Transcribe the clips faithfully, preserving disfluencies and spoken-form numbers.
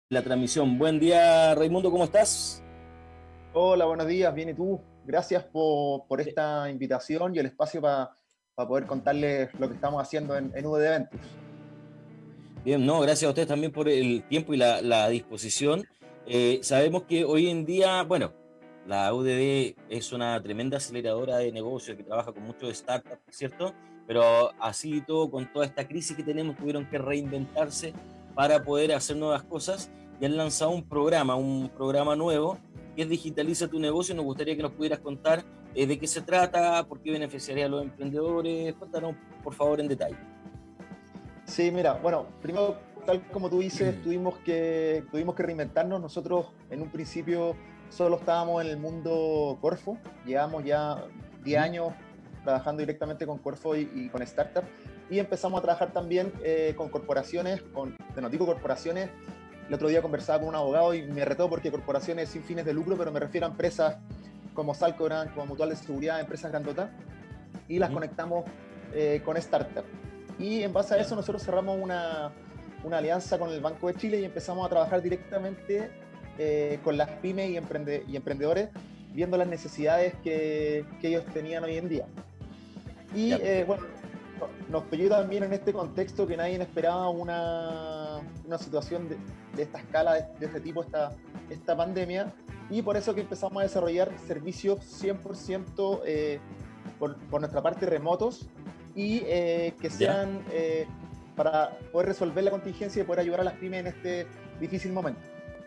La transmisión. Buen día, Raimundo, ¿cómo estás? Hola, buenos días, bien y tú. Gracias por, por Eh, esta invitación y el espacio para poder contarles lo que estamos haciendo en, en U D Eventus. Bien, no, gracias a ustedes también por el tiempo y la, la disposición. Eh, sabemos que hoy en día, bueno, la U D D es una tremenda aceleradora de negocios que trabaja con muchos startups, ¿cierto? Pero así y todo, con toda esta crisis que tenemos, tuvieron que reinventarse para poder hacer nuevas cosas y han lanzado un programa, un programa nuevo que es Digitaliza tu negocio. Nos gustaría que nos pudieras contar eh, de qué se trata, por qué beneficiaría a los emprendedores. Cuéntanos, por favor, en detalle. Sí, mira, bueno, primero, tal como tú dices, tuvimos que, tuvimos que reinventarnos. Nosotros en un principio solo estábamos en el mundo Corfo, llevamos ya diez ¿Mm? años trabajando directamente con Corfo y, y con startups, y empezamos a trabajar también eh, con corporaciones, con, te digo corporaciones. El otro día conversaba con un abogado y me retó porque corporaciones sin fines de lucro, pero me refiero a empresas como Salcoran, como Mutual de Seguridad, empresas grandotas, y las ¿Mm? conectamos eh, con startups. Y en base a ¿Ya? eso nosotros cerramos una, una alianza con el Banco de Chile y empezamos a trabajar directamente eh, con las pymes y, emprende, y emprendedores, viendo las necesidades que, que ellos tenían hoy en día. Y Ya, eh, perfecto. bueno, nos pilló también en este contexto que nadie esperaba una, una situación de, de esta escala, de, de este tipo, esta, esta pandemia, y por eso que empezamos a desarrollar servicios cien por ciento eh, por, por nuestra parte remotos y eh, que ¿Ya? sean eh, para poder resolver la contingencia y poder ayudar a las pymes en este difícil momento.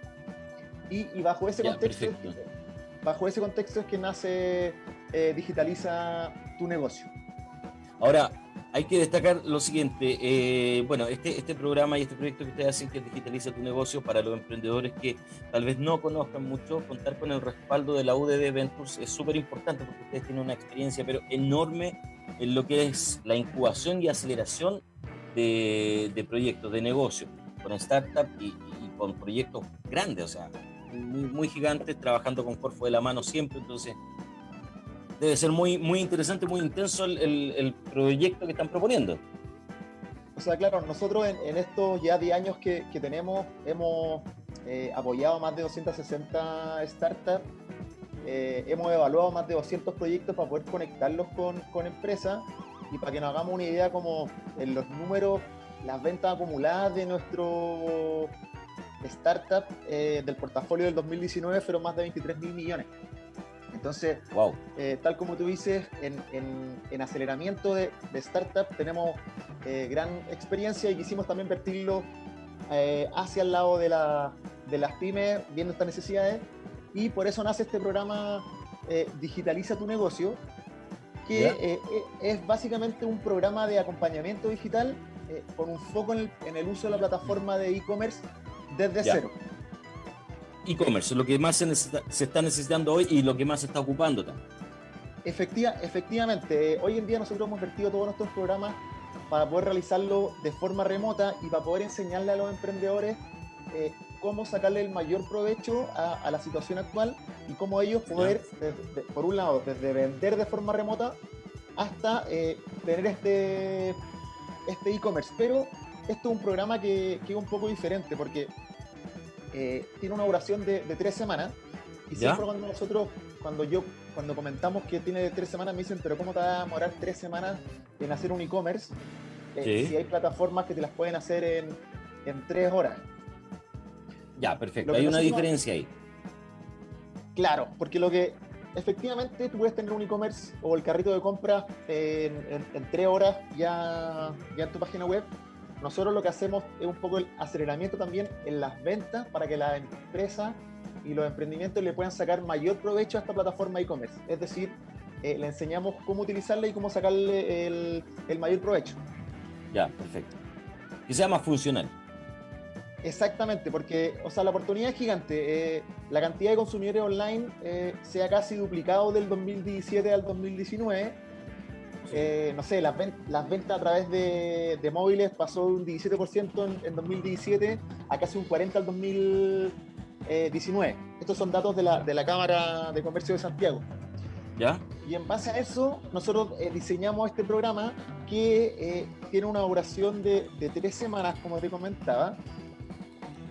Y, y bajo ese Ya, contexto es perfecto. que, bajo ese contexto es que nace eh, Digitaliza tu negocio. Ahora, hay que destacar lo siguiente. Eh, bueno, este, este programa y este proyecto que ustedes hacen, que es Digitaliza tu negocio, para los emprendedores que tal vez no conozcan mucho, contar con el respaldo de la U D D Ventures es súper importante porque ustedes tienen una experiencia pero enorme en lo que es la incubación y aceleración de, de proyectos, de negocios, con startups y, y, y con proyectos grandes, o sea, muy, muy gigantes, trabajando con Corfo de la mano siempre. Entonces, debe ser muy, muy interesante, muy intenso el, el, el proyecto que están proponiendo. O sea, claro, nosotros en, en estos ya diez años que, que tenemos hemos eh, apoyado más de doscientas sesenta startups, eh, hemos evaluado más de doscientos proyectos para poder conectarlos con, con empresas y para que nos hagamos una idea como en los números, las ventas acumuladas de nuestro startup eh, del portafolio del dos mil diecinueve fueron más de veintitrés mil millones. Entonces, Wow. eh, tal como tú dices, en, en, en aceleramiento de, de startup tenemos eh, gran experiencia y quisimos también vertirlo eh, hacia el lado de, la, de las pymes, viendo estas necesidades, y por eso nace este programa eh, Digitaliza tu negocio, que ¿Ya? eh, eh, es básicamente un programa de acompañamiento digital eh, con un foco en el, en el uso de la plataforma de e-commerce desde Ya. cero. E-commerce, lo que más se, necesita, se está necesitando hoy y lo que más se está ocupando también. Efectiva, efectivamente, eh, hoy en día nosotros hemos vertido todos nuestros programas para poder realizarlo de forma remota y para poder enseñarle a los emprendedores eh, cómo sacarle el mayor provecho a, a la situación actual y cómo ellos ¿Ya? poder, de, de, por un lado, desde vender de forma remota hasta eh, tener este este e-commerce. Pero esto es un programa que, que es un poco diferente porque eh, tiene una duración de, de tres semanas y ¿Ya? siempre cuando nosotros, cuando yo, cuando comentamos que tiene de tres semanas, me dicen, pero ¿cómo te va a demorar tres semanas en hacer un e-commerce eh, Sí. si hay plataformas que te las pueden hacer en, en tres horas? Ya, Lo perfecto. que Hay una nosotros, diferencia ahí. claro, porque lo que efectivamente tú puedes tener un e-commerce o el carrito de compra en, en, en tres horas ya, ya en tu página web. Nosotros lo que hacemos es un poco el aceleramiento también en las ventas para que las empresas y los emprendimientos le puedan sacar mayor provecho a esta plataforma e-commerce. Es decir, eh, le enseñamos cómo utilizarla y cómo sacarle el, el mayor provecho. Ya, perfecto. Que sea más funcional. Exactamente, porque o sea, la oportunidad es gigante. Eh, la cantidad de consumidores online eh, se ha casi duplicado del dos mil diecisiete al dos mil diecinueve. Sí. Eh, no sé, las, ven las ventas a través de, de móviles pasó de un diecisiete por ciento en, en dos mil diecisiete a casi un cuarenta por ciento al dos mil diecinueve. Estos son datos de la, de la Cámara de Comercio de Santiago. ¿Ya? Y en base a eso, nosotros eh, diseñamos este programa que eh, tiene una duración de, de tres semanas, como te comentaba,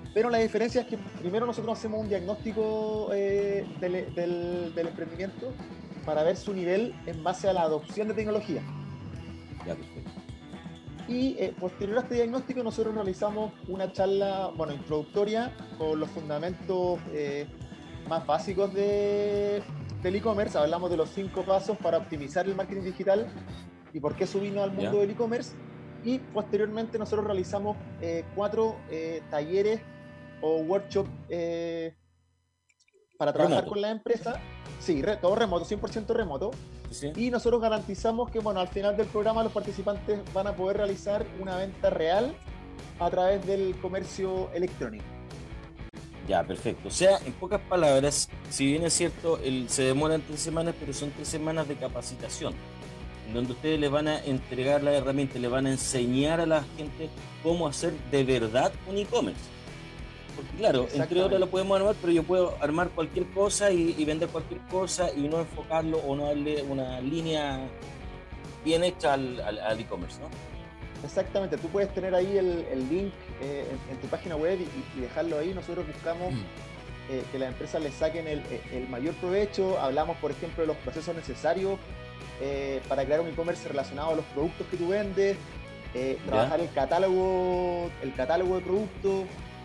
pero la diferencia es que primero nosotros hacemos un diagnóstico eh, del, del, del emprendimiento para ver su nivel en base a la adopción de tecnología. Ya, perfecto. Y eh, posterior a este diagnóstico nosotros realizamos una charla, bueno, introductoria con los fundamentos eh, más básicos de, del e-commerce. Hablamos de los cinco pasos para optimizar el marketing digital y por qué subirnos al mundo Ya. del e-commerce. Y posteriormente nosotros realizamos eh, cuatro eh, talleres o workshops eh, para trabajar Remoto. con la empresa. Sí, re, todo remoto, cien por ciento remoto. Sí, sí. Y nosotros garantizamos que, bueno, al final del programa los participantes van a poder realizar una venta real a través del comercio electrónico. Ya, perfecto. O sea, en pocas palabras, si bien es cierto, el, se demoran tres semanas, pero son tres semanas de capacitación, en donde ustedes les van a entregar la herramienta, le van a enseñar a la gente cómo hacer de verdad un e-commerce. Porque claro, entre otras lo podemos armar, pero yo puedo armar cualquier cosa y, y vender cualquier cosa y no enfocarlo o no darle una línea bien hecha al, al, al e-commerce, ¿no? Exactamente, tú puedes tener ahí el, el link eh, en, en tu página web y, y dejarlo ahí. Nosotros buscamos mm. eh, que las empresas le saquen el, el mayor provecho. Hablamos, por ejemplo, de los procesos necesarios eh, para crear un e-commerce relacionado a los productos que tú vendes, eh, trabajar el catálogo, el catálogo de productos,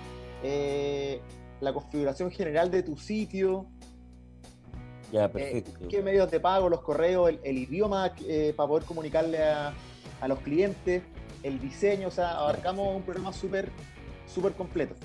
eh, la configuración general de tu sitio. Ya, perfecto. Eh, qué medios de pago, los correos, el, el idioma eh, para poder comunicarle a, a los clientes, el diseño, o sea, abarcamos ya, un programa súper súper completo.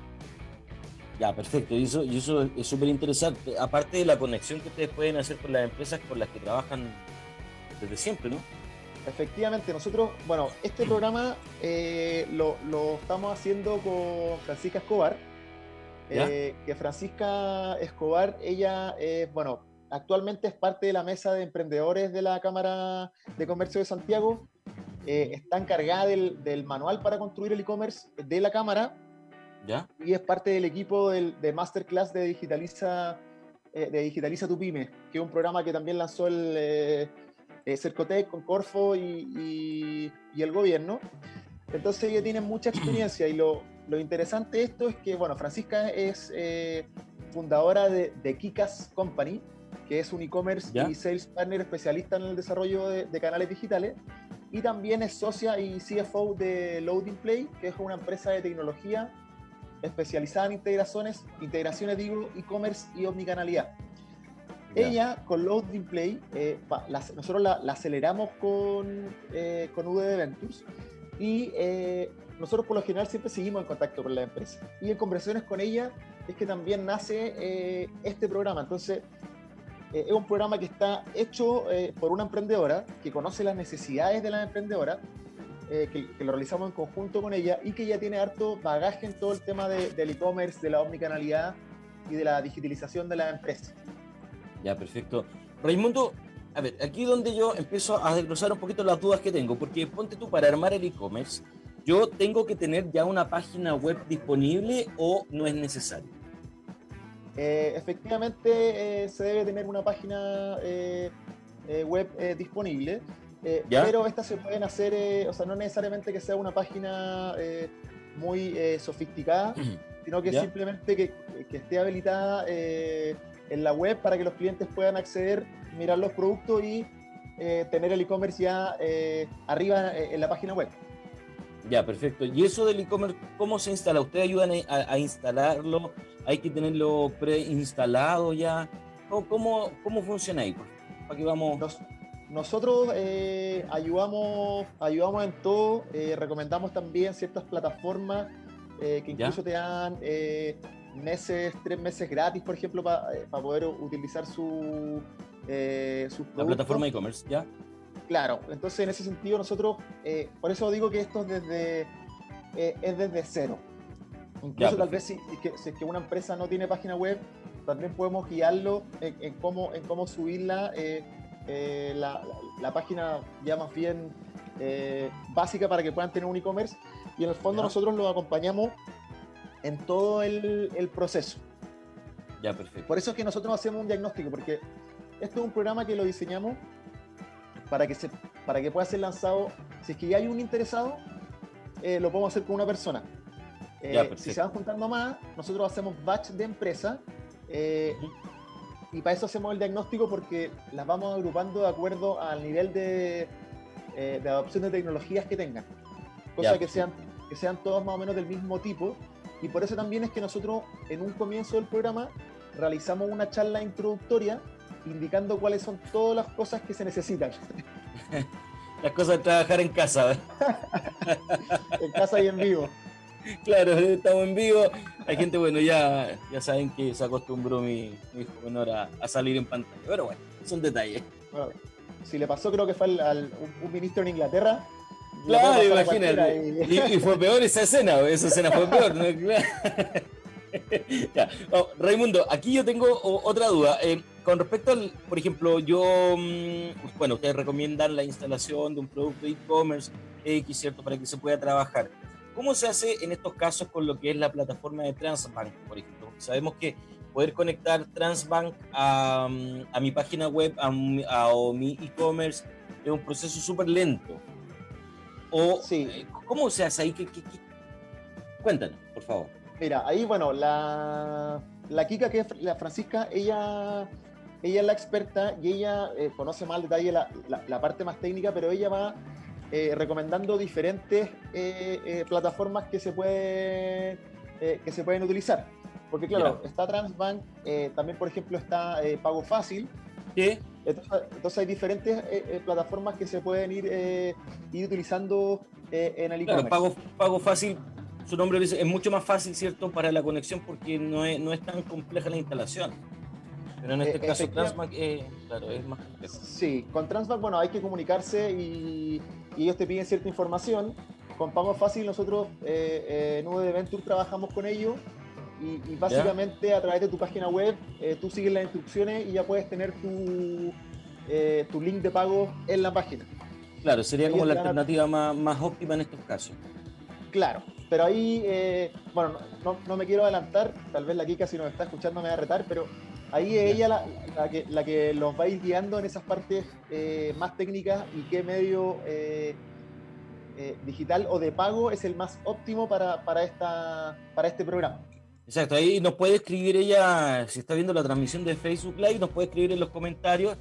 Ya, perfecto. Y eso, y eso es súper interesante. Aparte de la conexión que ustedes pueden hacer con las empresas con las que trabajan desde siempre, ¿no? Efectivamente, nosotros, bueno, este programa eh, lo, lo estamos haciendo con Francisca Escobar. Eh, que Francisca Escobar, ella, eh, bueno, actualmente es parte de la mesa de emprendedores de la Cámara de Comercio de Santiago. Eh, está encargada del, del manual para construir el e-commerce de la Cámara. ¿Ya? Y es parte del equipo del, de Masterclass de Digitaliza, eh, de Digitaliza tu Pyme, que es un programa que también lanzó el eh, eh, Cercotec con Corfo y, y, y el gobierno. Entonces ella tiene mucha experiencia y lo, lo interesante de esto es que, bueno, Francisca es eh, fundadora de, de Kikas Company, que es un e-commerce y sales partner especialista en el desarrollo de, de canales digitales, y también es socia y C F O de Loading Play, que es una empresa de tecnología especializada en integraciones, integraciones digo, e-commerce y omnicanalidad. Yeah. Ella, con Loading Play, eh, la, nosotros la, la aceleramos con, eh, con V D Ventures, y eh, nosotros por lo general siempre seguimos en contacto con la empresa. Y en conversaciones con ella es que también nace eh, este programa. Entonces, eh, es un programa que está hecho eh, por una emprendedora que conoce las necesidades de la emprendedora, eh, que, que lo realizamos en conjunto con ella y que ya tiene harto bagaje en todo el tema de, del e-commerce, de la omnicanalidad y de la digitalización de la empresa. Ya, perfecto. Raimundo, a ver, aquí donde yo empiezo a desglosar un poquito las dudas que tengo, porque ponte tú, para armar el e-commerce, ¿yo tengo que tener ya una página web disponible o no es necesario? Eh, efectivamente, eh, se debe tener una página eh, eh, web eh, disponible, eh, pero estas se pueden hacer, eh, o sea, no necesariamente que sea una página eh, muy eh, sofisticada, sino que ¿Ya? simplemente que, que esté habilitada eh, en la web para que los clientes puedan acceder, mirar los productos y eh, tener el e-commerce ya eh, arriba eh, en la página web. Ya, perfecto. ¿Y eso del e-commerce cómo se instala? ¿Ustedes ayudan a, a instalarlo? ¿Hay que tenerlo preinstalado ya? ¿Cómo, cómo, cómo funciona ahí? ¿Para qué vamos? Nos, nosotros eh, ayudamos, ayudamos en todo. Eh, recomendamos también ciertas plataformas eh, que incluso ¿Ya? te dan eh, meses, tres meses gratis, por ejemplo, para eh, pa poder utilizar su, eh, sus productos. La plataforma de e-commerce, ¿ya? Claro, entonces en ese sentido nosotros, eh, por eso digo que esto es desde, eh, es desde cero. Incluso ya, tal vez si, si, que, si es que una empresa no tiene página web, también podemos guiarlo en, en, cómo, en cómo subirla, eh, eh, la, la, la página ya más bien eh, básica para que puedan tener un e-commerce, y en el fondo ya. nosotros los acompañamos en todo el, el proceso. Ya, perfecto. Por eso es que nosotros hacemos un diagnóstico, porque esto es un programa que lo diseñamos para que, se, para que pueda ser lanzado. Si es que ya hay un interesado, eh, lo podemos hacer con una persona. Eh, Ya, si se perfecto. van juntando más, nosotros hacemos batch de empresa eh, Ujú. y para eso hacemos el diagnóstico porque las vamos agrupando de acuerdo al nivel de, eh, de adopción de tecnologías que tengan, Ya, cosa que sean, perfecto. que sean todos más o menos del mismo tipo. Y por eso también es que nosotros en un comienzo del programa realizamos una charla introductoria indicando cuáles son todas las cosas que se necesitan Las cosas de trabajar en casa. en casa y en vivo. Claro, estamos en vivo. Hay gente, bueno, ya, ya saben que se acostumbró mi, mi hijo menor a, a salir en pantalla. Pero bueno, son detalles. Bueno, si le pasó, creo que fue al, al- un, un ministro en Inglaterra, le puede Claro, pasar a cualquiera. imagínate. Y... Y, y fue peor esa escena, esa escena fue peor, ¿no? Claro. Ya. Oh, Raimundo, aquí yo tengo o- otra duda. Eh, con respecto al, por ejemplo, yo, mm, bueno, ustedes recomiendan la instalación de un producto de e-commerce X, ¿cierto? Para que se pueda trabajar. ¿Cómo se hace en estos casos con lo que es la plataforma de Transbank, por ejemplo? Porque sabemos que poder conectar Transbank a, mm, a mi página web, a, mi- a- o mi e-commerce, es un proceso súper lento. O, Sí, eh, ¿cómo se hace ahí? ¿Qué, qué- qué? Cuéntanos, por favor. mira, ahí, bueno, la, la Kika, que es la Francisca, ella, ella es la experta y ella eh, conoce más al detalle la, la, la parte más técnica, pero ella va eh, recomendando diferentes eh, eh, plataformas que se, puede, eh, que se pueden utilizar. Porque ¿Ya? claro, está Transbank, eh, también por ejemplo está eh, Pago Fácil, ¿Qué? entonces, entonces hay diferentes eh, eh, plataformas que se pueden ir, eh, ir utilizando eh, en el Claro, e-commerce. pago, pago fácil, su nombre lo dice, es mucho más fácil, ¿cierto? Para la conexión porque no es, no es tan compleja la instalación. Pero en Eh, este caso, efectivamente, Transmac, eh, claro, es más complejo. sí, con Transbank, bueno, hay que comunicarse y, y ellos te piden cierta información. Con Pago Fácil nosotros eh, eh, en U D Venture trabajamos con ellos y, y ¿Ya? básicamente a través de tu página web eh, tú sigues las instrucciones y ya puedes tener tu, eh, tu link de pago en la página. Claro, sería como Ellos la te van a, alternativa más, más óptima en estos casos. claro, pero ahí, eh, bueno, no, no, no me quiero adelantar, tal vez la Kika si nos está escuchando me va a retar, pero ahí es ¿Ya? ella la, la que, la que los va a ir guiando en esas partes eh, más técnicas y qué medio eh, eh, digital o de pago es el más óptimo para, para, esta, para este programa. Exacto, ahí nos puede escribir ella, si está viendo la transmisión de Facebook Live, nos puede escribir en los comentarios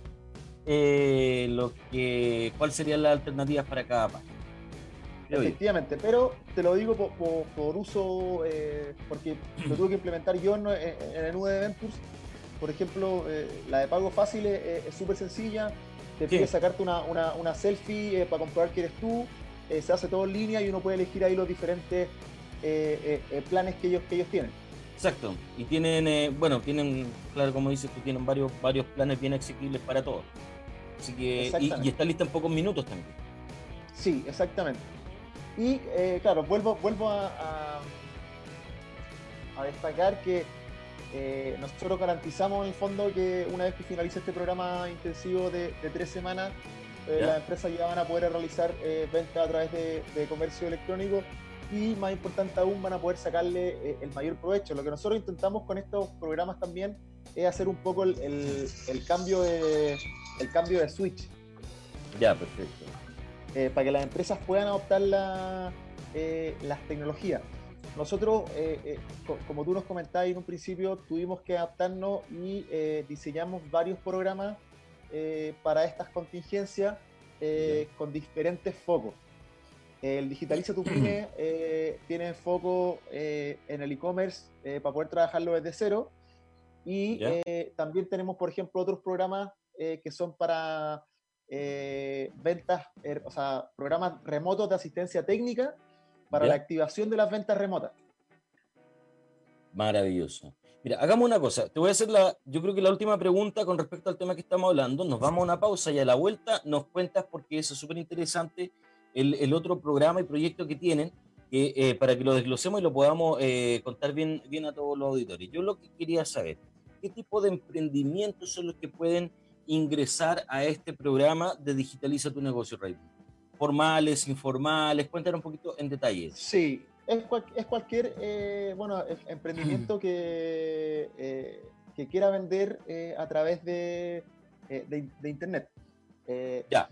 eh, lo que, cuál serían las alternativas para cada página. Creo yo. Efectivamente, pero te lo digo por, por, por uso, eh, porque lo tuve que implementar yo en, en el Nube Ventures. Por ejemplo, eh, la de pago fácil es súper sencilla, te pide Sí, sacarte una, una, una selfie eh, para comprobar que eres tú, eh, se hace todo en línea y uno puede elegir ahí los diferentes eh, eh, eh, planes que ellos, que ellos tienen. exacto. Y tienen, eh, bueno, tienen, claro, como dices, tú tienen varios, varios planes bien asequibles para todos. Así que, y, y Exactamente. está lista en pocos minutos también. Sí, exactamente. Y eh, claro, vuelvo, vuelvo a, a, a destacar que eh, nosotros garantizamos en el fondo que una vez que finalice este programa intensivo de, de tres semanas, eh, ¿Ya? las empresas ya van a poder realizar eh, ventas a través de, de comercio electrónico y más importante aún van a poder sacarle eh, el mayor provecho. Lo que nosotros intentamos con estos programas también es hacer un poco el, el, el cambio, de, el cambio de switch Ya, perfecto. eh, para que las empresas puedan adoptar la, eh, las tecnologías. Nosotros, eh, eh, co como tú nos comentabas en un principio, tuvimos que adaptarnos y eh, diseñamos varios programas eh, para estas contingencias Ya. eh, con diferentes focos. El Digitaliza tu Pyme eh, tiene foco eh, en el e-commerce eh, para poder trabajarlo desde cero y ¿Ya? eh, también tenemos, por ejemplo, otros programas eh, que son para eh, ventas, eh, o sea, programas remotos de asistencia técnica para la ¿Ya? activación de las ventas remotas. Maravilloso. Mira, hagamos una cosa. Te voy a hacer la, yo creo que la última pregunta con respecto al tema que estamos hablando. Nos vamos a una pausa y a la vuelta nos cuentas, porque eso es súper interesante, el, el otro programa y proyecto que tienen, que, eh, para que lo desglosemos y lo podamos eh, contar bien, bien a todos los auditores. Yo lo que quería saber, ¿qué tipo de emprendimientos son los que pueden ingresar a este programa de Digitaliza tu negocio, Raymond? Formales, informales, cuéntanos un poquito en detalle eso. Sí, es, cual, es cualquier eh, bueno, emprendimiento que, eh, que quiera vender eh, a través de, eh, de, de Internet. Eh, Ya,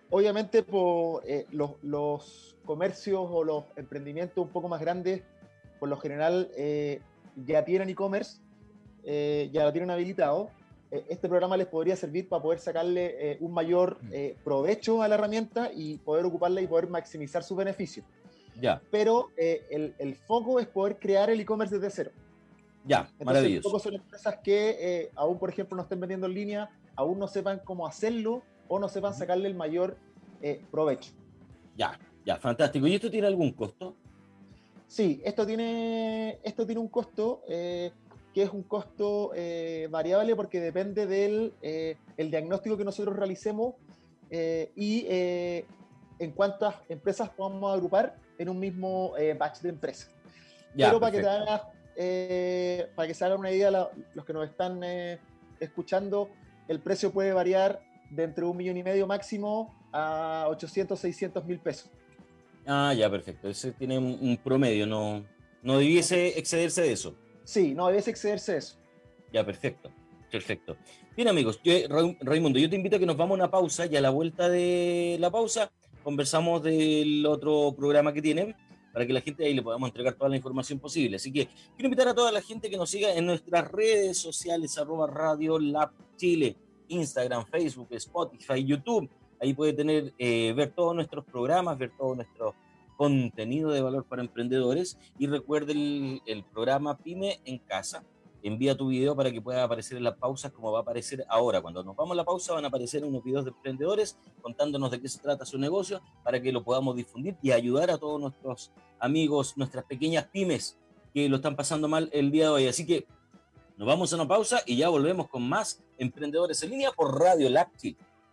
obviamente, por, eh, los, los comercios o los emprendimientos un poco más grandes por lo general eh, ya tienen e-commerce, eh, ya lo tienen habilitado. Eh, este programa les podría servir para poder sacarle eh, un mayor eh, provecho a la herramienta y poder ocuparla y poder maximizar sus beneficios. Ya. Pero eh, el, el foco es poder crear el e-commerce desde cero. Ya, Entonces, maravilloso. el foco son empresas que eh, aún, por ejemplo, no estén vendiendo en línea, aún no sepan cómo hacerlo o no sepan sacarle el mayor eh, provecho. Ya, ya, fantástico. ¿Y esto tiene algún costo? Sí, esto tiene, esto tiene un costo eh, que es un costo eh, variable porque depende del eh, el diagnóstico que nosotros realicemos eh, y eh, en cuántas empresas podamos agrupar en un mismo eh, batch de empresas. Ya, Pero para que, te perfecto. hagas, eh, para que se hagan una idea, la, los que nos están eh, escuchando, el precio puede variar de entre un millón y medio máximo a ochocientos, seiscientos mil pesos. Ah, ya, perfecto. Ese tiene un, un promedio, no, no debiese excederse de eso. Sí, no debes excederse de eso. Ya, perfecto. Perfecto. Bien, amigos, yo, Ra- Raimundo, yo te invito a que nos vamos a una pausa y a la vuelta de la pausa conversamos del otro programa que tienen para que la gente ahí le podamos entregar toda la información posible. Así que quiero invitar a toda la gente que nos siga en nuestras redes sociales, arroba Radio Lab Chile, Instagram, Facebook, Spotify, YouTube. Ahí puede tener, eh, ver todos nuestros programas, ver todo nuestro contenido de valor para emprendedores. Y recuerde el, el programa Pyme en Casa. Envía tu video para que pueda aparecer en las pausas como va a aparecer ahora. Cuando nos vamos a la pausa van a aparecer unos videos de emprendedores contándonos de qué se trata su negocio para que lo podamos difundir y ayudar a todos nuestros amigos, nuestras pequeñas pymes que lo están pasando mal el día de hoy. Así que nos vamos a una pausa y ya volvemos con más Emprendedores en Línea por Radio Lab Chile.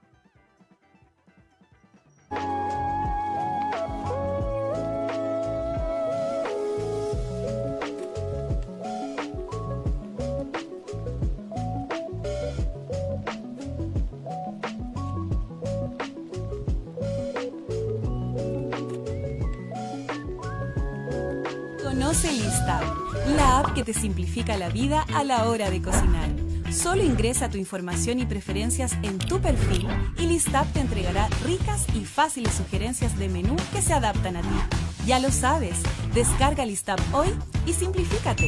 Conoce Lista, la app que te simplifica la vida a la hora de cocinar. Solo ingresa tu información y preferencias en tu perfil y Lista te entregará ricas y fáciles sugerencias de menú que se adaptan a ti. Ya lo sabes, descarga Lista hoy y simplifícate.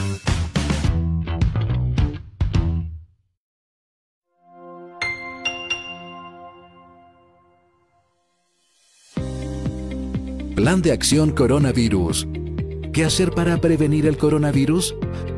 Plan de acción coronavirus. ¿Qué hacer para prevenir el coronavirus?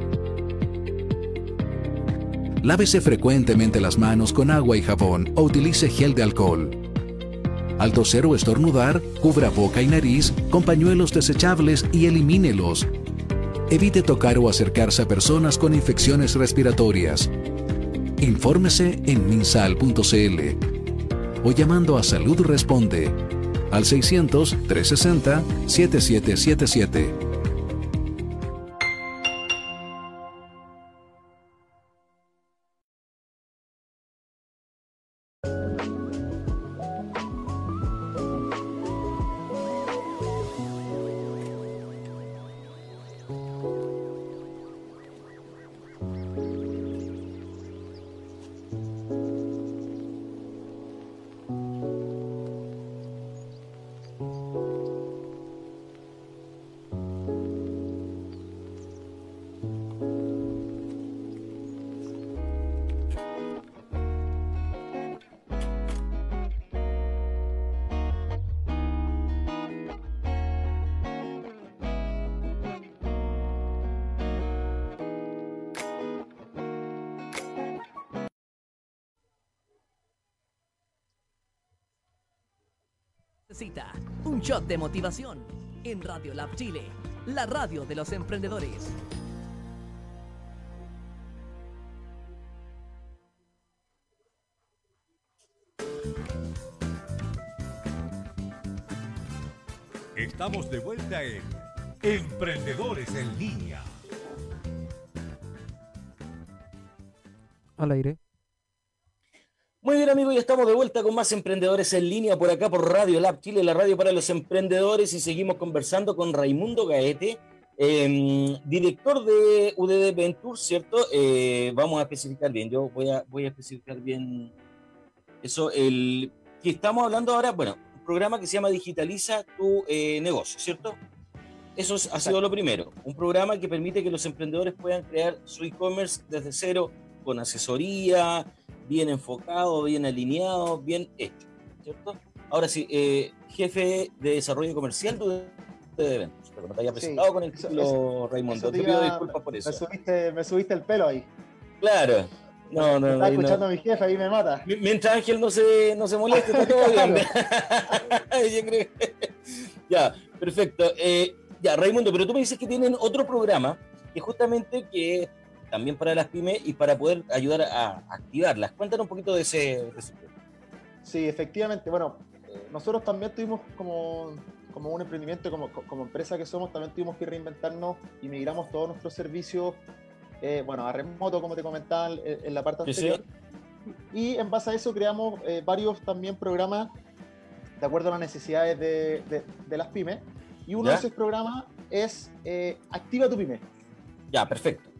Lávese frecuentemente las manos con agua y jabón o utilice gel de alcohol. Al toser o estornudar, cubra boca y nariz con pañuelos desechables y elimínelos. Evite tocar o acercarse a personas con infecciones respiratorias. Infórmese en minsal punto c l o llamando a Salud Responde al seiscientos, trescientos sesenta, setenta y siete setenta y siete. Necesita un shot de motivación en Radio Lab Chile, la radio de los emprendedores. Estamos de vuelta en Emprendedores en Línea. Al aire. Muy bien, amigos, ya estamos de vuelta con más Emprendedores en Línea por acá por Radio Lab Chile, la radio para los emprendedores, y seguimos conversando con Raimundo Gaete, eh, director de U D D Ventures, ¿cierto? Eh, vamos a especificar bien, yo voy a, voy a especificar bien eso, el que estamos hablando ahora, bueno, un programa que se llama Digitaliza tu eh, negocio, ¿cierto? eso es, ha sido lo primero. Un programa que permite que los emprendedores puedan crear su e-commerce desde cero, con asesoría, bien enfocado, bien alineado, bien hecho, ¿cierto? Ahora sí, eh, jefe de desarrollo comercial de eventos. Pero no te había presentado sí, con el título, eso, Raimundo. Eso te, te pido disculpas por eso. Me subiste, me subiste el pelo ahí. Claro. No, no, me está escuchando no. a mi jefe, ahí me mata. Mientras Ángel no se, no se moleste, está todo bien. Yo creo que... Ya, perfecto. Eh, ya, Raimundo, pero tú me dices que tienen otro programa que justamente que también para las pymes y para poder ayudar a, a activarlas. Cuéntanos un poquito de ese, de ese programa. Sí, efectivamente. Bueno, eh, nosotros también tuvimos como, como un emprendimiento, como, como empresa que somos, también tuvimos que reinventarnos y migramos todos nuestros servicios eh, bueno, a remoto, como te comentaba en, en la parte anterior. Sí, sí. Y en base a eso creamos eh, varios también programas de acuerdo a las necesidades de, de, de las pymes. Y uno ¿Ya? de esos programas es eh, Activa tu Pyme. Ya, perfecto.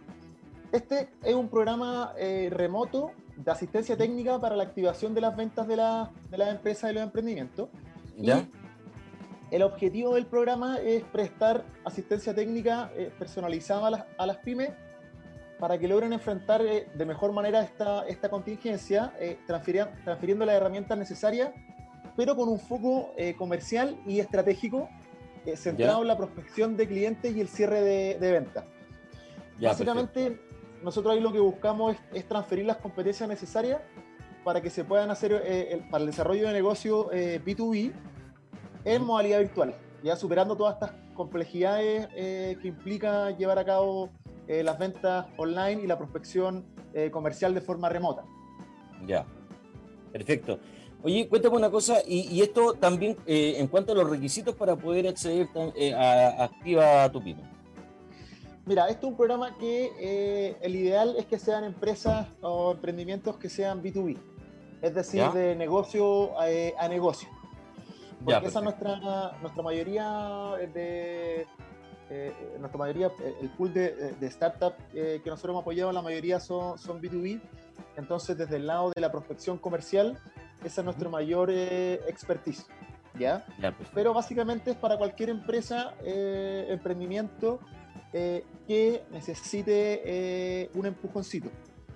Este es un programa eh, remoto de asistencia técnica para la activación de las ventas de, la, de las empresas y los emprendimientos. ¿Ya? Y el objetivo del programa es prestar asistencia técnica eh, personalizada a las, a las pymes para que logren enfrentar eh, de mejor manera esta, esta contingencia, eh, transfiriendo las herramientas necesarias, pero con un foco eh, comercial y estratégico eh, centrado ¿Ya? en la prospección de clientes y el cierre de, de ventas. Ya, Básicamente, perfecto. nosotros ahí lo que buscamos es, es transferir las competencias necesarias para que se puedan hacer eh, el, para el desarrollo de negocio eh, B dos B en modalidad virtual, ya superando todas estas complejidades eh, que implica llevar a cabo eh, las ventas online y la prospección eh, comercial de forma remota. Ya, perfecto. Oye, cuéntame una cosa, y, y esto también eh, en cuanto a los requisitos para poder acceder eh, a, a Activa tu Pyme. Mira, esto es un programa que eh, el ideal es que sean empresas o emprendimientos que sean B dos B, es decir, ¿Ya? de negocio eh, a negocio. Porque ya, esa es nuestra, nuestra mayoría de eh, nuestra mayoría, el pool de, de startups eh, que nosotros hemos apoyado, la mayoría son, son B dos B. Entonces, desde el lado de la prospección comercial, esa es nuestra mayor eh, expertise, ¿ya? ya Pero básicamente es para cualquier empresa, eh, emprendimiento eh, que necesite eh, un empujoncito.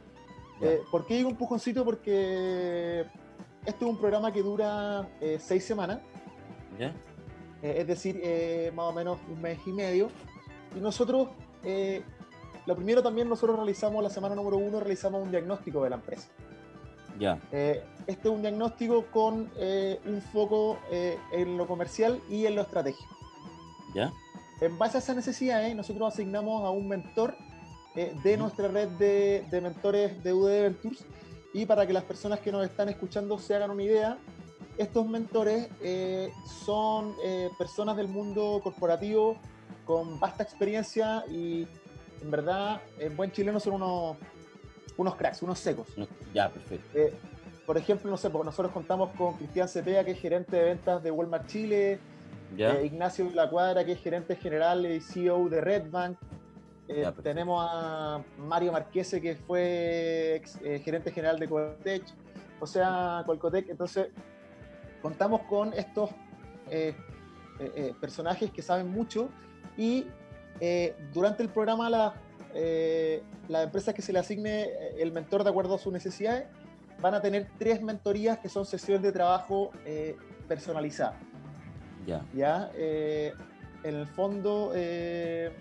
Eh, ¿Por qué digo empujoncito? Porque este es un programa que dura eh, seis semanas, ¿Ya? Eh, es decir, eh, más o menos un mes y medio. Y nosotros, eh, lo primero también nosotros realizamos, la semana número uno, realizamos un diagnóstico de la empresa. Ya. Eh, este es un diagnóstico con eh, un foco eh, en lo comercial y en lo estratégico. ¿Ya? En base a esas necesidades, nosotros asignamos a un mentor eh, de ¿Mm? nuestra red de, de mentores de U D Ventures. Y para que las personas que nos están escuchando se hagan una idea, estos mentores eh, son eh, personas del mundo corporativo con vasta experiencia y en verdad, en buen chileno, son unos, unos cracks, unos secos. Ya, perfecto. Eh, por ejemplo, no sé, nosotros contamos con Cristian Cepeda, que es gerente de ventas de Walmart Chile, eh, Ignacio La Cuadra, que es gerente general y C E O de Redbank. Eh, ya, tenemos a Mario Marquese, que fue ex, eh, gerente general de Colcotec, o sea, Colcotec. Entonces, contamos con estos eh, eh, eh, personajes que saben mucho y eh, durante el programa la, eh, las empresas que se le asigne el mentor de acuerdo a sus necesidades van a tener tres mentorías que son sesiones de trabajo eh, personalizadas. Ya. ¿Ya? Eh, en el fondo... Eh,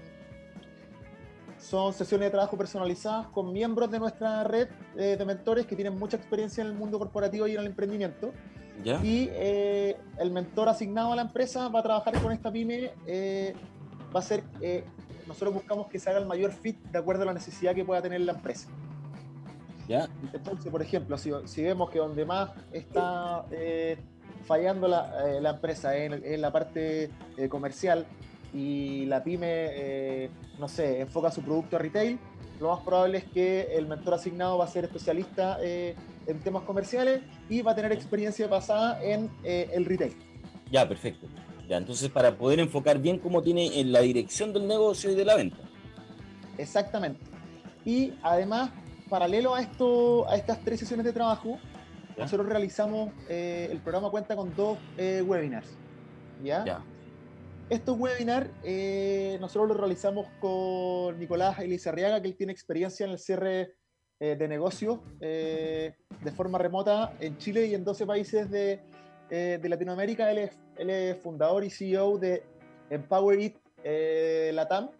son sesiones de trabajo personalizadas con miembros de nuestra red eh, de mentores que tienen mucha experiencia en el mundo corporativo y en el emprendimiento. ¿Ya? Y eh, el mentor asignado a la empresa va a trabajar con esta pyme, eh, va a ser, eh, nosotros buscamos que se haga el mayor fit de acuerdo a la necesidad que pueda tener la empresa. ¿Ya? Entonces, por ejemplo, si, si vemos que donde más está eh, fallando la, eh, la empresa en, en la parte eh, comercial, y la pyme, eh, no sé, enfoca su producto a retail, lo más probable es que el mentor asignado va a ser especialista eh, en temas comerciales y va a tener experiencia pasada en eh, el retail. Ya, perfecto. Ya, entonces para poder enfocar bien cómo tiene en la dirección del negocio y de la venta. Exactamente. Y además, paralelo a esto, a estas tres sesiones de trabajo, ¿Ya? nosotros realizamos, eh, el programa cuenta con dos eh, webinars. ¿Ya? Ya. estos webinars eh, nosotros los realizamos con Nicolás Elizarriaga, que él tiene experiencia en el cierre eh, de negocios eh, de forma remota en Chile y en doce países de, eh, de Latinoamérica. Él es, él es fundador y C E O de Empower It eh, Latam.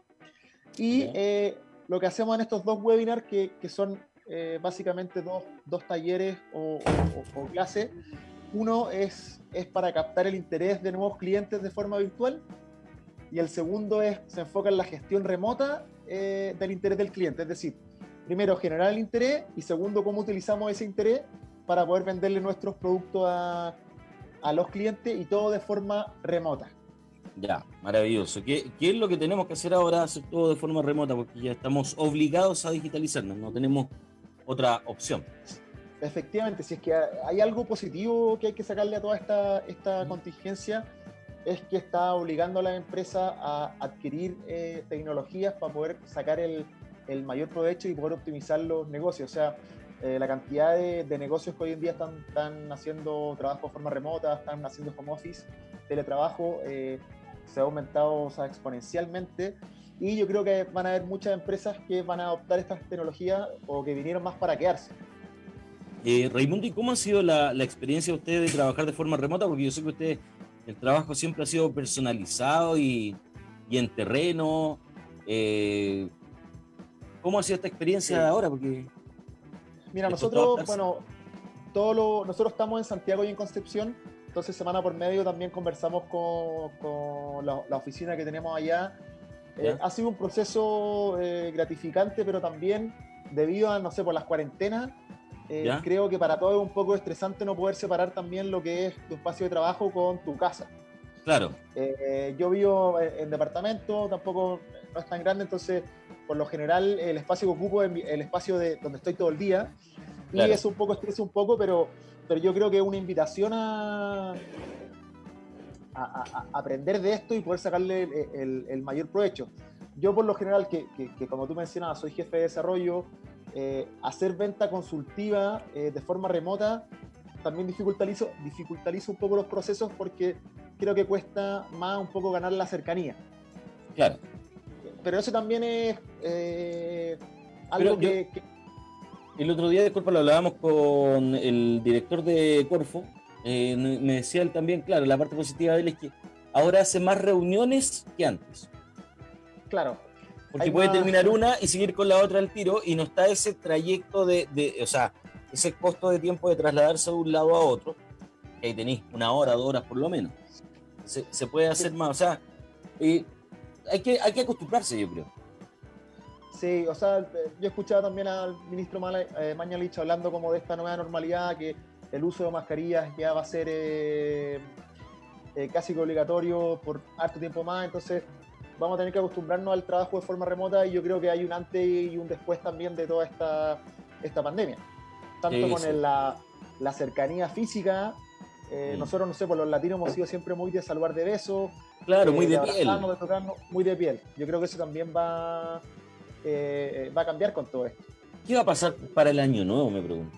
Y eh, lo que hacemos en estos dos webinars, que, que son eh, básicamente dos, dos talleres o, o, o clases, uno es, es para captar el interés de nuevos clientes de forma virtual y el segundo es, se enfoca en la gestión remota eh, del interés del cliente, es decir, primero generar el interés y segundo cómo utilizamos ese interés para poder venderle nuestros productos a, a los clientes y todo de forma remota. Ya, maravilloso. ¿Qué, ¿Qué es lo que tenemos que hacer ahora? Hacer todo de forma remota porque ya estamos obligados a digitalizarnos, no tenemos otra opción. Efectivamente, si es que hay algo positivo que hay que sacarle a toda esta, esta contingencia, es que está obligando a las empresas a adquirir eh, tecnologías para poder sacar el, el mayor provecho y poder optimizar los negocios. O sea, eh, la cantidad de, de negocios que hoy en día están, están haciendo trabajo de forma remota, están haciendo home office, teletrabajo, eh, se ha aumentado, o sea, exponencialmente. Y yo creo que van a haber muchas empresas que van a adoptar estas tecnologías o que vinieron más para quedarse. Eh, Raimundo, ¿y cómo ha sido la, la experiencia de ustedes de trabajar de forma remota? Porque yo sé que ustedes, el trabajo siempre ha sido personalizado y, y en terreno. Eh, ¿Cómo ha sido esta experiencia sí. ahora? Porque mira, nosotros, bueno, todo lo, nosotros estamos en Santiago y en Concepción, entonces semana por medio también conversamos con, con la, la oficina que tenemos allá. Eh, ha sido un proceso eh, gratificante, pero también debido a, no sé, por las cuarentenas, Eh, creo que para todos es un poco estresante no poder separar también lo que es tu espacio de trabajo con tu casa. Claro. Eh, yo vivo en, en departamento, tampoco no es tan grande, entonces por lo general el espacio que ocupo es el espacio de donde estoy todo el día. Claro. Y eso un poco estresa un poco, pero, pero yo creo que es una invitación a, a, a, a aprender de esto y poder sacarle el, el, el mayor provecho. Yo por lo general, que, que, que como tú mencionabas, soy jefe de desarrollo, Eh, hacer venta consultiva eh, de forma remota también dificultalizo, dificultaliza un poco los procesos porque creo que cuesta más un poco ganar la cercanía. Claro. Pero eso también es eh, algo yo, que, que... El otro día, disculpa, lo hablábamos con el director de Corfo, eh, me decía él también, claro, la parte positiva de él es que ahora hace más reuniones que antes. Claro. Porque puede más... terminar una y seguir con la otra al tiro y no está ese trayecto de, de, o sea, ese costo de tiempo de trasladarse de un lado a otro, que ahí tenéis una hora, dos horas por lo menos. Se, se puede hacer más, o sea, eh, hay, que, hay que acostumbrarse, yo creo. Sí, o sea, yo escuchaba también al ministro Mañalich hablando como de esta nueva normalidad, que el uso de mascarillas ya va a ser eh, eh, casi que obligatorio por harto tiempo más, entonces vamos a tener que acostumbrarnos al trabajo de forma remota y yo creo que hay un antes y un después también de toda esta, esta pandemia. Tanto sí, con sí. El, la, la cercanía física, eh, sí. Nosotros, no sé, por los latinos hemos sido siempre muy de saludar de besos. Claro, eh, muy de, de piel. De tocarnos, muy de piel. Yo creo que eso también va, eh, va a cambiar con todo esto. ¿Qué va a pasar para el año nuevo, me pregunto?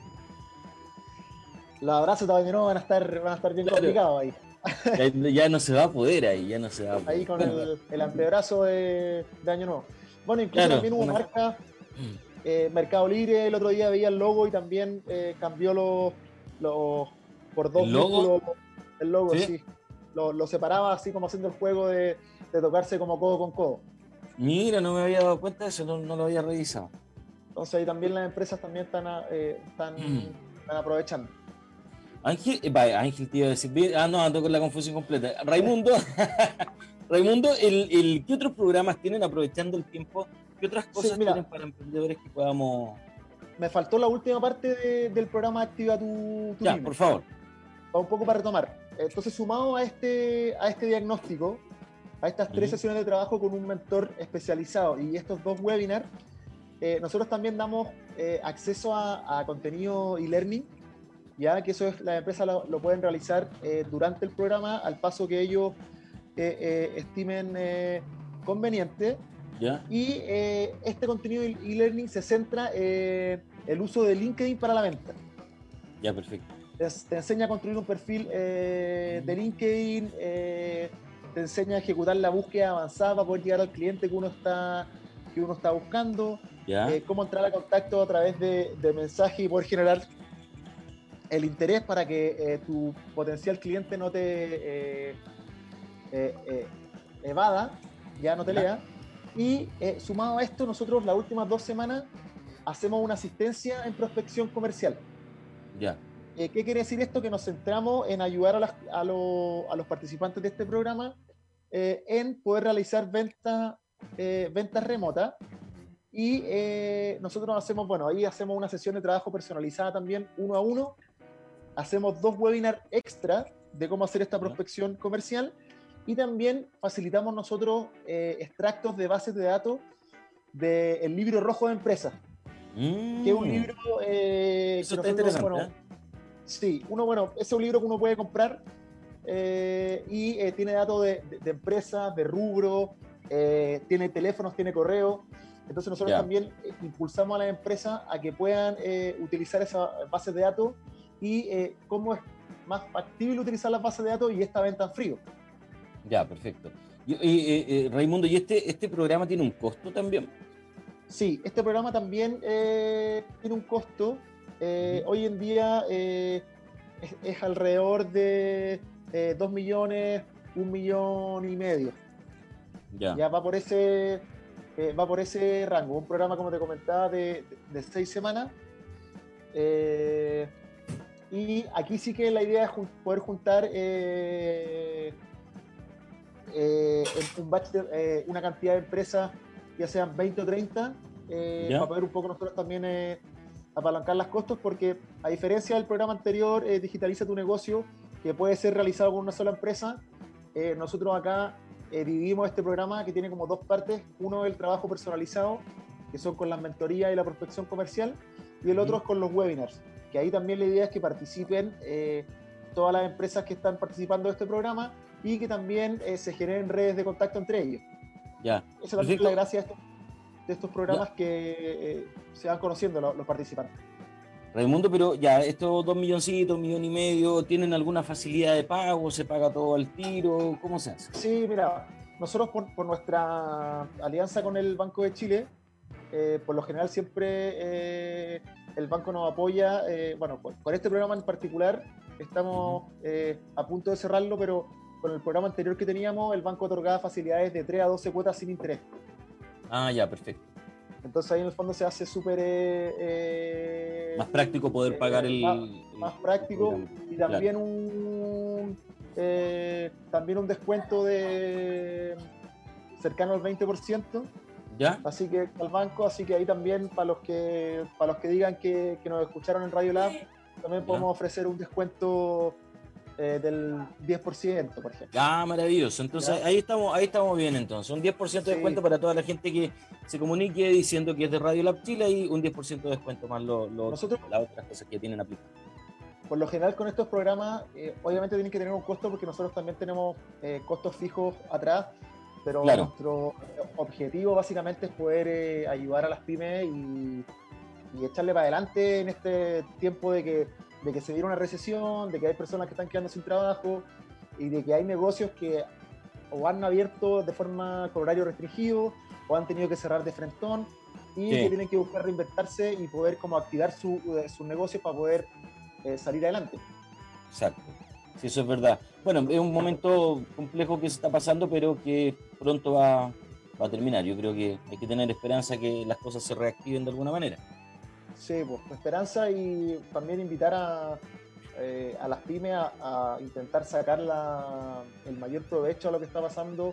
Los abrazos de año nuevo van a estar, van a estar bien claro. complicados ahí. Ya, ya no se va a poder ahí, ya no se va a poder. Ahí con el, el antebrazo de, de Año Nuevo. Bueno, incluso claro, también hubo una... marca, eh, Mercado Libre, el otro día veía el logo y también eh, cambió los, los por dos ¿El logo? músculos, el logo, sí. sí. Lo, lo separaba así como haciendo el juego de, de tocarse como codo con codo. Mira, no me había dado cuenta de eso, no, no lo había revisado. Entonces ahí también las empresas también están, eh, están, mm. están aprovechando. Ángel, eh, vaya, Ángel te iba a decir, ah no, ando con la confusión completa. Raimundo, Raimundo, el, el, ¿qué otros programas tienen aprovechando el tiempo? ¿Qué otras cosas sí, mira, tienen para emprendedores que podamos...? Me faltó la última parte de, del programa Activa tu, tu Ya, Pyme. por favor. Un poco para retomar. Entonces, sumado a este, a este diagnóstico, a estas tres uh-huh. sesiones de trabajo con un mentor especializado y estos dos webinars, eh, nosotros también damos eh, acceso a, a contenido e-learning, ya que eso es, las empresas lo, lo pueden realizar eh, durante el programa al paso que ellos eh, eh, estimen eh, conveniente. ¿Ya? Y eh, este contenido e-learning se centra en el uso de LinkedIn para la venta. Ya, perfecto. Te, te enseña a construir un perfil eh, de LinkedIn, eh, te enseña a ejecutar la búsqueda avanzada para poder llegar al cliente que uno está, que uno está buscando, eh, cómo entrar a contacto a través de, de mensaje y poder generar el interés para que eh, tu potencial cliente no te eh, eh, eh, evada, ya no te lea. Y eh, sumado a esto, nosotros las últimas dos semanas hacemos una asistencia en prospección comercial. Ya. Eh, ¿Qué quiere decir esto? Que nos centramos en ayudar a, las, a, lo, a los participantes de este programa eh, en poder realizar ventas, eh, ventas remotas. Y eh, nosotros hacemos, bueno, ahí hacemos una sesión de trabajo personalizada también, uno a uno. Hacemos dos webinars extra de cómo hacer esta prospección comercial. Y también facilitamos nosotros eh, extractos de bases de datos del libro rojo de empresas. Mm. Que es un libro eh, Eso que está nosotros, interesante, bueno, ¿eh? Sí, uno, bueno, ese es un libro que uno puede comprar eh, y eh, tiene datos de, de, de empresas, de rubro, eh, tiene teléfonos, tiene correo. Entonces nosotros yeah. también eh, impulsamos a las empresas a que puedan eh, utilizar esas bases de datos y eh, cómo es más factible utilizar las bases de datos y esta venta en frío. Ya, perfecto. Y, y, y, Raimundo, ¿y este, este programa tiene un costo también? Sí, este programa también eh, tiene un costo. Eh, uh-huh. Hoy en día eh, es, es alrededor de eh, dos millones, un millón y medio. Ya. Ya va por ese, eh, va por ese rango. Un programa, como te comentaba, de, de, de seis semanas. Eh, y aquí sí que la idea es jun- poder juntar eh, eh, un batch de, eh, una cantidad de empresas, ya sean veinte o treinta, eh, para poder un poco nosotros también eh, apalancar los costos, porque a diferencia del programa anterior, eh, Digitaliza tu negocio, que puede ser realizado con una sola empresa, eh, nosotros acá eh, dividimos este programa que tiene como dos partes. Uno es el trabajo personalizado, que son con las mentorías y la prospección comercial, y el otro es con los webinars, que ahí también la idea es que participen eh, todas las empresas que están participando de este programa y que también eh, se generen redes de contacto entre ellos. Ya. Esa también es la gracia de estos, de estos programas, ya, que eh, se van conociendo los, los participantes. Raimundo, pero ya, estos dos milloncitos, un millón y medio, ¿tienen alguna facilidad de pago? ¿Se paga todo al tiro? ¿Cómo se hace? Sí, mira, nosotros por, por nuestra alianza con el Banco de Chile, eh, por lo general siempre eh, el banco nos apoya. Eh, bueno, con, con este programa en particular estamos uh-huh. eh, a punto de cerrarlo, pero con el programa anterior que teníamos, el banco otorgaba facilidades de tres a doce cuotas sin interés. Ah, ya, perfecto. Entonces ahí en el fondo se hace súper... Eh, eh, más práctico poder eh, pagar el... Más, el más práctico, el y también, claro. un, eh, también un descuento de cercano al veinte por ciento. ¿Ya? Así que al banco, así que ahí también para los que para los que digan que, que nos escucharon en Radio Lab, también podemos ¿Ya? ofrecer un descuento eh, del diez por ciento, por ejemplo. Ah, maravilloso. Entonces ¿Ya? ahí estamos ahí estamos bien entonces. Un diez por ciento de sí. descuento para toda la gente que se comunique diciendo que es de Radio Lab Chile, y un diez por ciento de descuento más lo, lo, Nosotros, las otras cosas que tienen aplicadas. Por lo general con estos programas, eh, obviamente tienen que tener un costo porque nosotros también tenemos eh, costos fijos atrás, pero claro. nuestro objetivo básicamente es poder eh, ayudar a las pymes y, y echarle para adelante en este tiempo de que, de que se viene una recesión, de que hay personas que están quedando sin trabajo y de que hay negocios que o han abierto de forma con horario restringido o han tenido que cerrar de frentón y sí. que tienen que buscar reinventarse y poder como activar su, sus negocios para poder eh, salir adelante. Exacto. Sí, eso es verdad. Bueno, es un momento complejo que se está pasando, pero que pronto va, va a terminar. Yo creo que hay que tener esperanza que las cosas se reactiven de alguna manera. Sí, pues esperanza, y también invitar a, eh, a las pymes a, a intentar sacar la, el mayor provecho a lo que está pasando,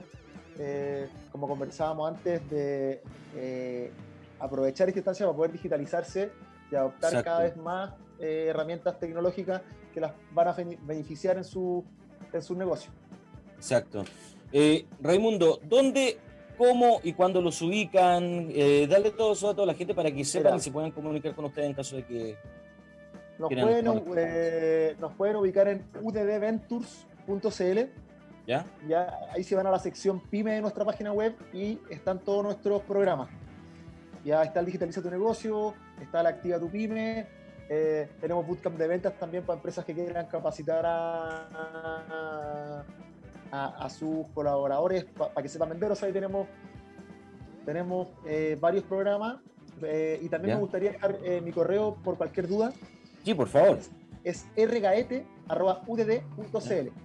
eh, como conversábamos antes, de eh, aprovechar esta instancia para poder digitalizarse y adoptar Exacto. cada vez más eh, herramientas tecnológicas que las van a beneficiar en su, en su negocio. Exacto. Eh, Raimundo, ¿dónde, cómo y cuándo los ubican? Eh, dale todo eso a toda la gente para que sepan Mira, y se puedan comunicar con ustedes en caso de que nos pueden, eh, nos pueden ubicar en u d d ventures punto c l. ¿Ya? Ya, ahí se van a la sección PYME de nuestra página web y están todos nuestros programas. Ya está el Digitaliza tu negocio, está la Activa tu Pyme, eh, tenemos bootcamp de ventas también para empresas que quieran capacitar a, a, a sus colaboradores para pa que sepan vender. O sea, ahí tenemos, tenemos eh, varios programas eh, y también ¿Ya? me gustaría dejar eh, mi correo por cualquier duda. Sí, por favor. Es, es rgaete arroba u d d punto c l.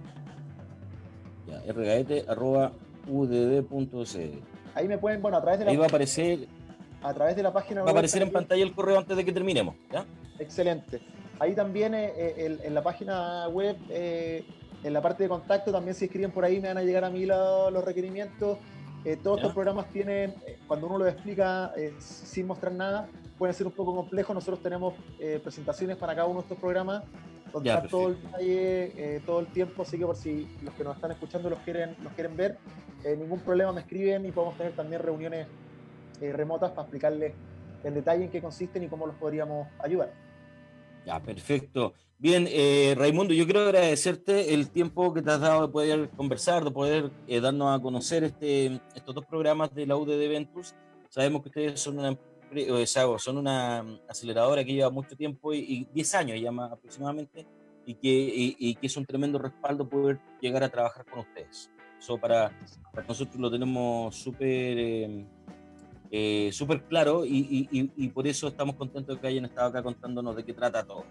Ya, rgaete arroba u d d punto c l. Ahí me pueden, bueno, a través de la Ahí va a aparecer a través de la página web. Va a aparecer en pantalla el correo antes de que terminemos, ¿ya? Excelente. Ahí también eh, en, en la página web, eh, en la parte de contacto, también si escriben por ahí me van a llegar a mí la, los requerimientos. Eh, todos ¿Ya? estos programas tienen, eh, cuando uno lo explica eh, sin mostrar nada, pueden ser un poco complejos. Nosotros tenemos eh, presentaciones para cada uno de estos programas, donde ya, está todo el detalle, eh, todo el tiempo, así que por si los que nos están escuchando los quieren, los quieren ver, eh, ningún problema, me escriben y podemos tener también reuniones eh, remotas para explicarles el detalle en qué consisten y cómo los podríamos ayudar. Ya, perfecto. Bien, eh, Raimundo, yo quiero agradecerte el tiempo que te has dado de poder conversar, de poder eh, darnos a conocer este, estos dos programas de la U D D Ventures. Sabemos que ustedes son una, o sea, son una aceleradora que lleva mucho tiempo, y, y diez años ya más aproximadamente, y que, y, y que es un tremendo respaldo poder llegar a trabajar con ustedes. Eso para, para nosotros lo tenemos súper... Eh, Eh, súper claro y, y, y por eso estamos contentos de que hayan estado acá contándonos de qué trata todo.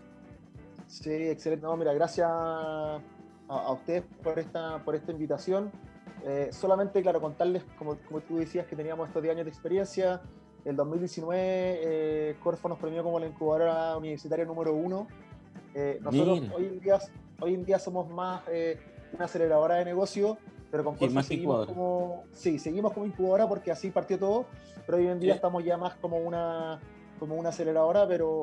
Sí, excelente. No, mira, gracias a, a ustedes por esta, por esta invitación. Eh, solamente, claro, contarles, como, como tú decías, que teníamos estos diez años de experiencia. El dos mil diecinueve, eh, Corfo nos premió como la incubadora universitaria número uno. Eh, nosotros hoy en, día, hoy en día somos más eh, una aceleradora de negocio, pero con Corfo seguimos como, sí, seguimos como incubadora porque así partió todo, pero hoy en día ¿Sí? estamos ya más como una, como una aceleradora, pero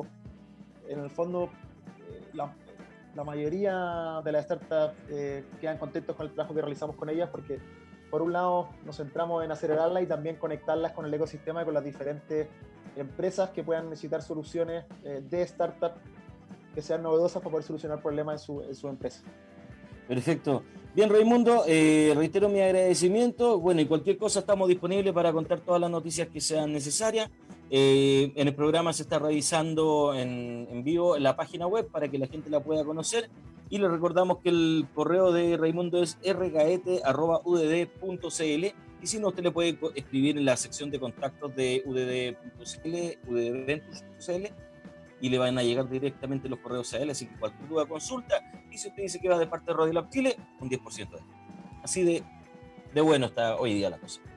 en el fondo eh, la, la mayoría de las startups eh, quedan contentos con el trabajo que realizamos con ellas, porque por un lado nos centramos en acelerarlas y también conectarlas con el ecosistema y con las diferentes empresas que puedan necesitar soluciones eh, de startup que sean novedosas para poder solucionar problemas en su, en su empresa. Perfecto. Bien, Raimundo, eh, reitero mi agradecimiento. Bueno, y cualquier cosa estamos disponibles para contar todas las noticias que sean necesarias. Eh, en el programa se está revisando en, en vivo en la página web para que la gente la pueda conocer. Y le recordamos que el correo de Raimundo es rgaete arroba u d d punto c l. Y si no, usted le puede escribir en la sección de contactos de u d d punto c l, u d d ventures punto c l, y le van a llegar directamente los correos a él, así que cualquier duda, consulta, y si usted dice que va de parte de Radio Lab Chile, un diez por ciento de él. Así de, de bueno está hoy día la cosa.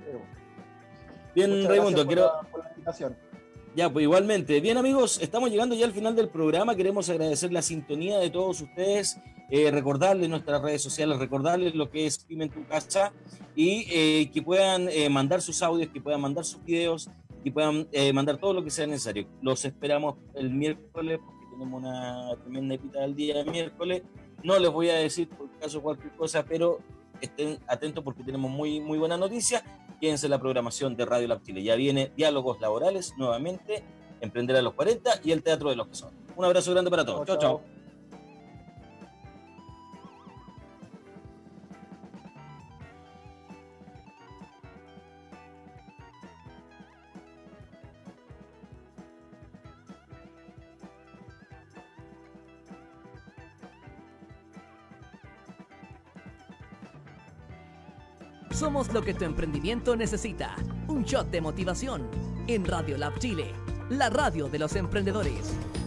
Bien, Muchas Raimundo, por quiero... La, por la invitación. Ya, pues igualmente. Bien, amigos, estamos llegando ya al final del programa. Queremos agradecer la sintonía de todos ustedes, eh, recordarles nuestras redes sociales, recordarles lo que es Pyme en tu Casa, y eh, que puedan eh, mandar sus audios, que puedan mandar sus videos, y puedan eh, mandar todo lo que sea necesario. Los esperamos el miércoles, porque tenemos una tremenda epita del día miércoles. No les voy a decir por caso cualquier cosa, pero estén atentos porque tenemos muy, muy buena noticia. Quédense en la programación de Radio Lab Chile. Ya viene Diálogos Laborales nuevamente, Emprender a los cuarenta y el Teatro de los que son. Un abrazo grande para todos. Chao, chao. chao. Somos lo que tu emprendimiento necesita. Un shot de motivación en Radio Lab Chile, la radio de los emprendedores.